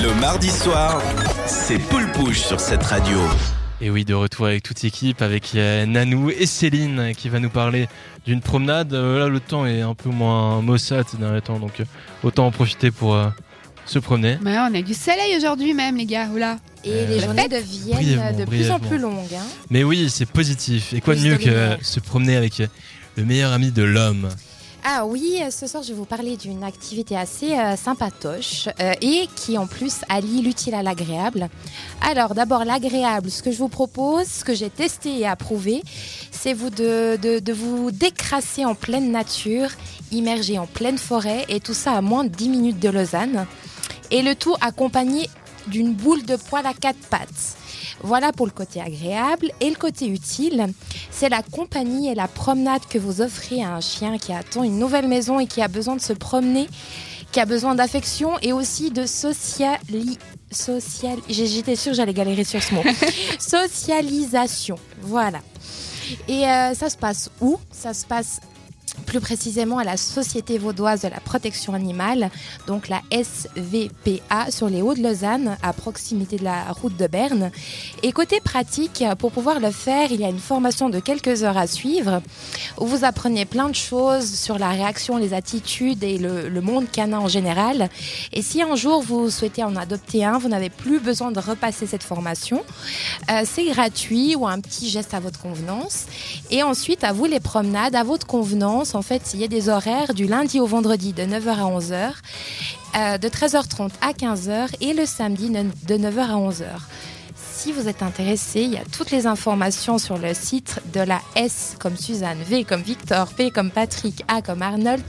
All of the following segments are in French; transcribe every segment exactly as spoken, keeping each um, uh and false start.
Le mardi soir, c'est Poule Pouche sur cette radio. Et oui, de retour avec toute l'équipe, avec euh, Nanou et Céline euh, qui va nous parler d'une promenade. Euh, là, le temps est un peu moins maussade ces derniers temps, donc euh, autant en profiter pour euh, se promener. Ouais, on a du soleil aujourd'hui même, les gars. Oula. Et Euh, les la journées fête. deviennent Brièvement, de plus brièvement. en plus longues. Hein. Mais oui, c'est positif. Et quoi de Plus mieux de que lumière. se promener avec euh, le meilleur ami de l'homme. Ah oui, ce soir je vais vous parler d'une activité assez euh, sympatoche euh, et qui en plus allie l'utile à l'agréable. Alors d'abord l'agréable, ce que je vous propose, ce que j'ai testé et approuvé, c'est vous de, de, de vous décrasser en pleine nature, immergé en pleine forêt et tout ça à moins de dix minutes de Lausanne. Et le tout accompagné d'une boule de poil à quatre pattes. Voilà pour le côté agréable. Et le côté utile, c'est la compagnie et la promenade que vous offrez à un chien qui attend une nouvelle maison et qui a besoin de se promener, qui a besoin d'affection et aussi de sociali... social... J'étais sûre que j'allais galérer sur ce mot. Socialisation, voilà. Et euh, ça se passe où ? Ça se passe plus précisément à la Société vaudoise de la protection animale, donc la S V P A, sur les Hauts de Lausanne, à proximité de la route de Berne. Et côté pratique, pour pouvoir le faire, il y a une formation de quelques heures à suivre, où vous apprenez plein de choses sur la réaction, les attitudes et le, le monde canin en général. Et si un jour vous souhaitez en adopter un, vous n'avez plus besoin de repasser cette formation. Euh, c'est gratuit ou un petit geste à votre convenance. Et ensuite, à vous les promenades, à votre convenance. En fait, il y a des horaires du lundi au vendredi de neuf heures à onze heures, euh, de treize heures trente à quinze heures et le samedi de neuf heures à onze heures. Si vous êtes intéressé, il y a toutes les informations sur le site de la S comme Suzanne, V comme Victor, P comme Patrick, A comme Arnold,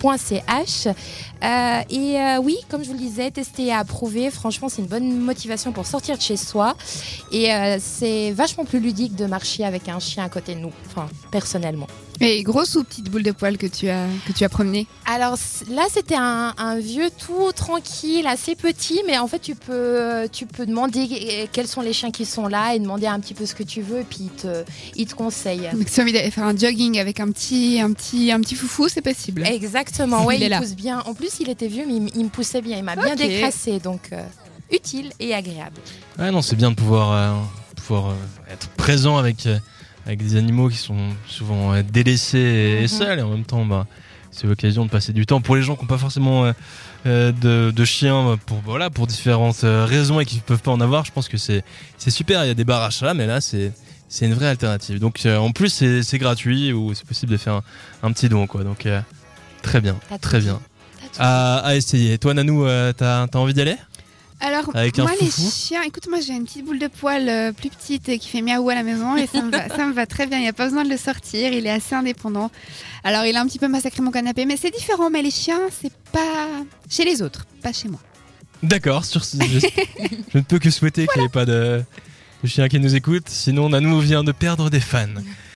.ch. Euh, et euh, oui, comme je vous le disais, tester et approuver, franchement, c'est une bonne motivation pour sortir de chez soi. Et euh, c'est vachement plus ludique de marcher avec un chien à côté de nous, enfin, personnellement. Et grosse ou petite boule de poil que tu as, que tu as promenée ? Alors là, c'était un, un vieux tout tranquille, assez petit, mais en fait, tu peux, tu peux demander quels sont les chiens qui sont là et demander un petit peu ce que tu veux, et puis il te, il te conseille. Donc, si tu as envie d'aller faire un jogging avec un petit, un petit, un petit foufou, c'est possible. Exactement, ouais, Il il, est là. pousse bien. En plus, il était vieux, mais il, il me poussait bien, il m'a bien Ok. décrassé, donc euh, utile et agréable. Ouais, non, c'est bien de pouvoir, euh, pouvoir euh, être présent avec, euh, avec des animaux qui sont souvent euh, délaissés et, et Mhm. seuls. Et en même temps, bah, c'est l'occasion de passer du temps pour les gens qui n'ont pas forcément euh, euh, de, de chiens pour, voilà, pour différentes euh, raisons et qui ne peuvent pas en avoir. Je pense que c'est, c'est super. Il y a des bars à chat, mais là, c'est, c'est une vraie alternative. Donc, euh, en plus, c'est, c'est gratuit ou c'est possible de faire un, un petit don, quoi. Donc, euh, très bien, T'as tout très dit. bien. T'as tout À, à essayer. Toi, Nanou, euh, t'as, t'as envie d'y aller ? Alors, Avec un moi, les foufou. chiens, écoute, moi, j'ai une petite boule de poil euh, plus petite et qui fait miaou à la maison et ça me va, ça me va très bien. Il n'y a pas besoin de le sortir. Il est assez indépendant. Alors, il a un petit peu massacré mon canapé, mais c'est différent. Mais les chiens, c'est pas chez les autres, pas chez moi. D'accord, sur ce, je, je ne peux que souhaiter qu'il n'y ait pas de, de chien qui nous écoute, sinon Nanou vient de perdre des fans.